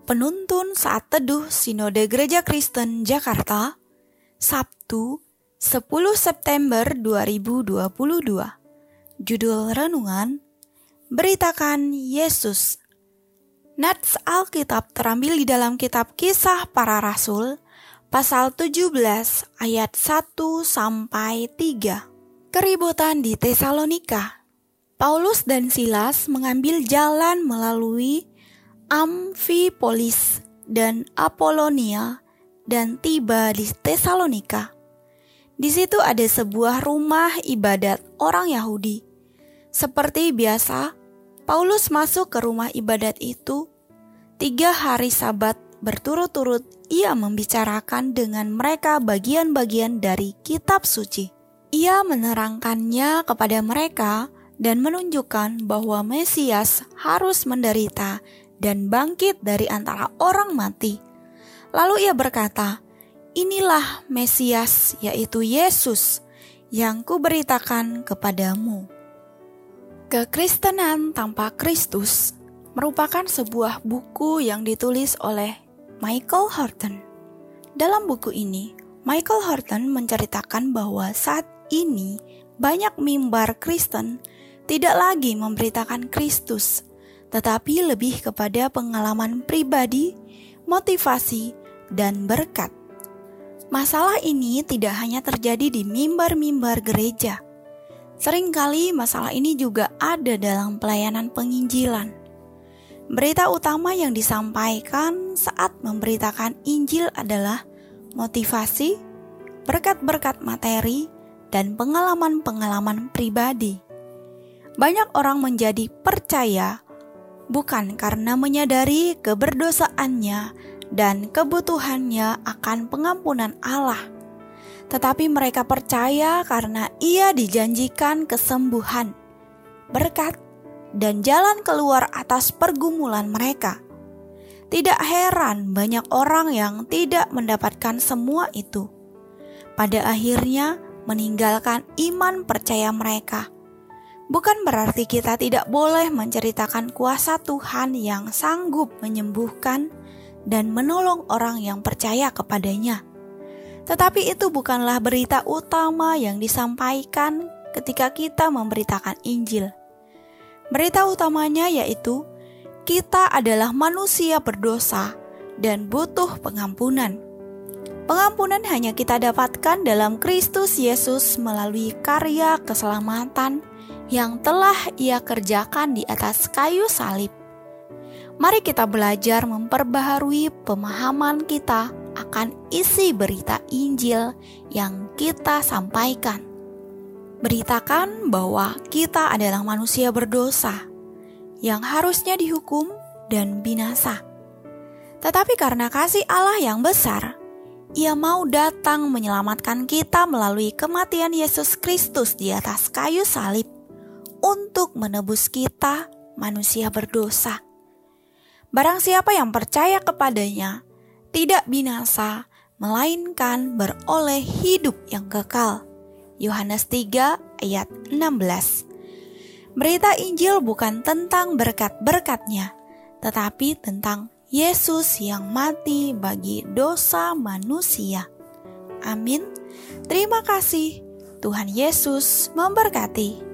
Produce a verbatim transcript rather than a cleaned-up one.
Penuntun Saat Teduh Sinode Gereja Kristen Jakarta, Sabtu sepuluh September dua ribu dua puluh dua. Judul Renungan, Beritakan Yesus. Nats Alkitab terambil di dalam kitab Kisah Para Rasul, pasal tujuh belas ayat satu sampai tiga. Keributan di Tesalonika. Paulus dan Silas mengambil jalan melalui Amfipolis dan Apolonia dan tiba di Tesalonika. Di situ ada sebuah rumah ibadat orang Yahudi. Seperti biasa, Paulus masuk ke rumah ibadat itu. Tiga hari Sabat berturut-turut ia membicarakan dengan mereka bagian-bagian dari kitab suci. Ia menerangkannya kepada mereka dan menunjukkan bahwa Mesias harus menderita dan bangkit dari antara orang mati. Lalu ia berkata, "Inilah Mesias, yaitu Yesus, yang kuberitakan kepadamu." Kekristenan Tanpa Kristus merupakan sebuah buku yang ditulis oleh Michael Horton. Dalam buku ini, Michael Horton menceritakan bahwa saat ini banyak mimbar Kristen tidak lagi memberitakan Kristus, tetapi lebih kepada pengalaman pribadi, motivasi, dan berkat. Masalah ini tidak hanya terjadi di mimbar-mimbar gereja. Seringkali masalah ini juga ada dalam pelayanan penginjilan. Berita utama yang disampaikan saat memberitakan Injil adalah motivasi, berkat-berkat materi, dan pengalaman-pengalaman pribadi. Banyak orang menjadi percaya bukan karena menyadari keberdosaannya dan kebutuhannya akan pengampunan Allah, tetapi mereka percaya karena ia dijanjikan kesembuhan, berkat, dan jalan keluar atas pergumulan mereka. Tidak heran banyak orang yang tidak mendapatkan semua itu. Pada akhirnya meninggalkan iman percaya mereka. Bukan berarti kita tidak boleh menceritakan kuasa Tuhan yang sanggup menyembuhkan dan menolong orang yang percaya kepadanya. Tetapi itu bukanlah berita utama yang disampaikan ketika kita memberitakan Injil. Berita utamanya yaitu kita adalah manusia berdosa dan butuh pengampunan. Pengampunan hanya kita dapatkan dalam Kristus Yesus melalui karya keselamatan yang telah ia kerjakan di atas kayu salib. Mari kita belajar memperbaharui pemahaman kita akan isi berita Injil yang kita sampaikan. Beritakan bahwa kita adalah manusia berdosa yang harusnya dihukum dan binasa. Tetapi karena kasih Allah yang besar, Ia mau datang menyelamatkan kita melalui kematian Yesus Kristus di atas kayu salib untuk menebus kita, manusia berdosa. Barang siapa yang percaya kepadanya tidak binasa, melainkan beroleh hidup yang kekal. Yohanes tiga ayat enam belas. Berita Injil bukan tentang berkat-berkatnya, tetapi tentang Yesus yang mati bagi dosa manusia. Amin. Terima kasih. Tuhan Yesus memberkati.